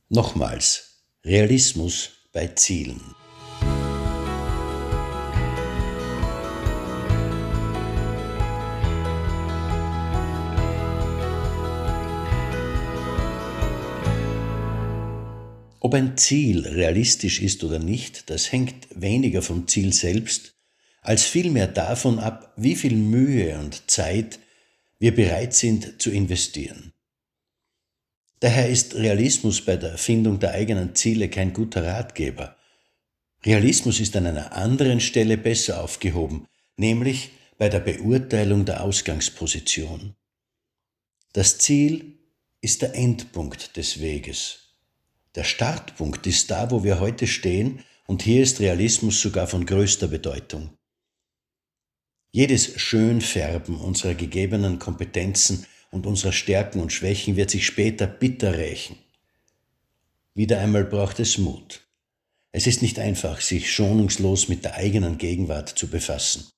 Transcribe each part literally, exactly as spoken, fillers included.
Nochmals, Realismus bei Zielen. Ob ein Ziel realistisch ist oder nicht, das hängt weniger vom Ziel selbst, als vielmehr davon ab, wie viel Mühe und Zeit wir bereit sind zu investieren. Daher ist Realismus bei der Findung der eigenen Ziele kein guter Ratgeber. Realismus ist an einer anderen Stelle besser aufgehoben, nämlich bei der Beurteilung der Ausgangsposition. Das Ziel ist der Endpunkt des Weges. Der Startpunkt ist da, wo wir heute stehen, und hier ist Realismus sogar von größter Bedeutung. Jedes Schönfärben unserer gegebenen Kompetenzen und unserer Stärken und Schwächen wird sich später bitter rächen. Wieder einmal braucht es Mut. Es ist nicht einfach, sich schonungslos mit der eigenen Gegenwart zu befassen.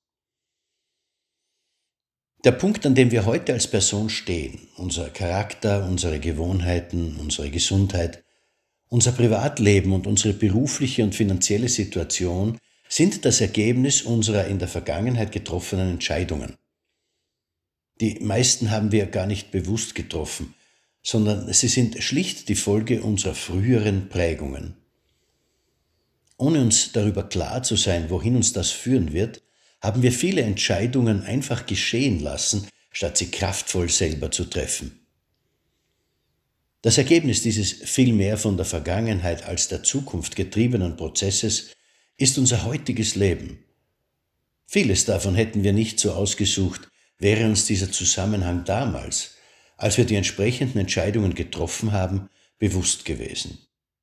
Der Punkt, an dem wir heute als Person stehen, unser Charakter, unsere Gewohnheiten, unsere Gesundheit, unser Privatleben und unsere berufliche und finanzielle Situation sind das Ergebnis unserer in der Vergangenheit getroffenen Entscheidungen. Die meisten haben wir gar nicht bewusst getroffen, sondern sie sind schlicht die Folge unserer früheren Prägungen. Ohne uns darüber klar zu sein, wohin uns das führen wird, haben wir viele Entscheidungen einfach geschehen lassen, statt sie kraftvoll selber zu treffen. Das Ergebnis dieses viel mehr von der Vergangenheit als der Zukunft getriebenen Prozesses ist unser heutiges Leben. Vieles davon hätten wir nicht so ausgesucht, wäre uns dieser Zusammenhang damals, als wir die entsprechenden Entscheidungen getroffen haben, bewusst gewesen.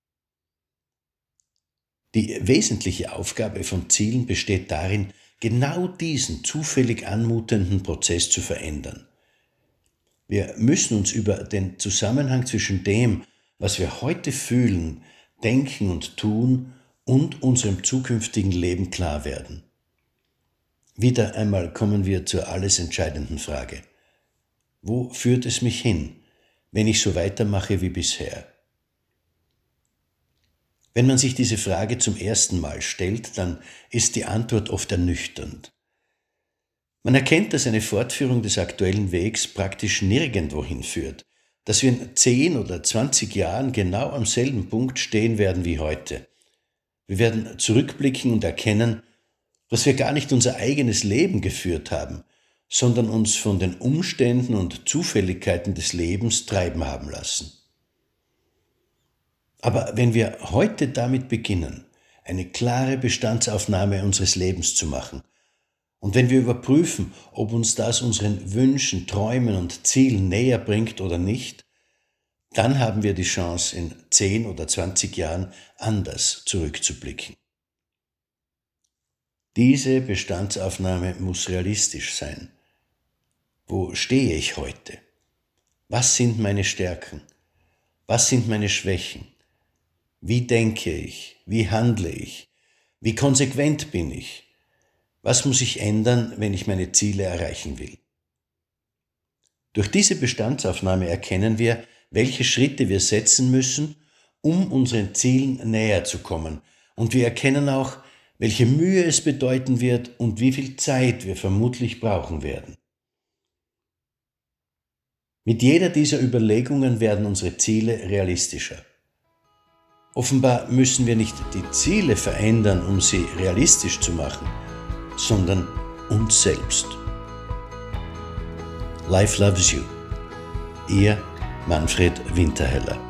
Die wesentliche Aufgabe von Zielen besteht darin, genau diesen zufällig anmutenden Prozess zu verändern. Wir müssen uns über den Zusammenhang zwischen dem, was wir heute fühlen, denken und tun, und unserem zukünftigen Leben klar werden. Wieder einmal kommen wir zur alles entscheidenden Frage. Wo führt es mich hin, wenn ich so weitermache wie bisher? Wenn man sich diese Frage zum ersten Mal stellt, dann ist die Antwort oft ernüchternd. Man erkennt, dass eine Fortführung des aktuellen Wegs praktisch nirgendwohin führt, dass wir in zehn oder zwanzig Jahren genau am selben Punkt stehen werden wie heute. Wir werden zurückblicken und erkennen, dass wir gar nicht unser eigenes Leben geführt haben, sondern uns von den Umständen und Zufälligkeiten des Lebens treiben haben lassen. Aber wenn wir heute damit beginnen, eine klare Bestandsaufnahme unseres Lebens zu machen, und wenn wir überprüfen, ob uns das unseren Wünschen, Träumen und Zielen näher bringt oder nicht, dann haben wir die Chance, in zehn oder zwanzig Jahren anders zurückzublicken. Diese Bestandsaufnahme muss realistisch sein. Wo stehe ich heute? Was sind meine Stärken? Was sind meine Schwächen? Wie denke ich? Wie handle ich? Wie konsequent bin ich? Was muss ich ändern, wenn ich meine Ziele erreichen will? Durch diese Bestandsaufnahme erkennen wir, welche Schritte wir setzen müssen, um unseren Zielen näher zu kommen. Und wir erkennen auch, welche Mühe es bedeuten wird und wie viel Zeit wir vermutlich brauchen werden. Mit jeder dieser Überlegungen werden unsere Ziele realistischer. Offenbar müssen wir nicht die Ziele verändern, um sie realistisch zu machen, sondern uns selbst. Life loves you. Ihr Manfred Winterheller.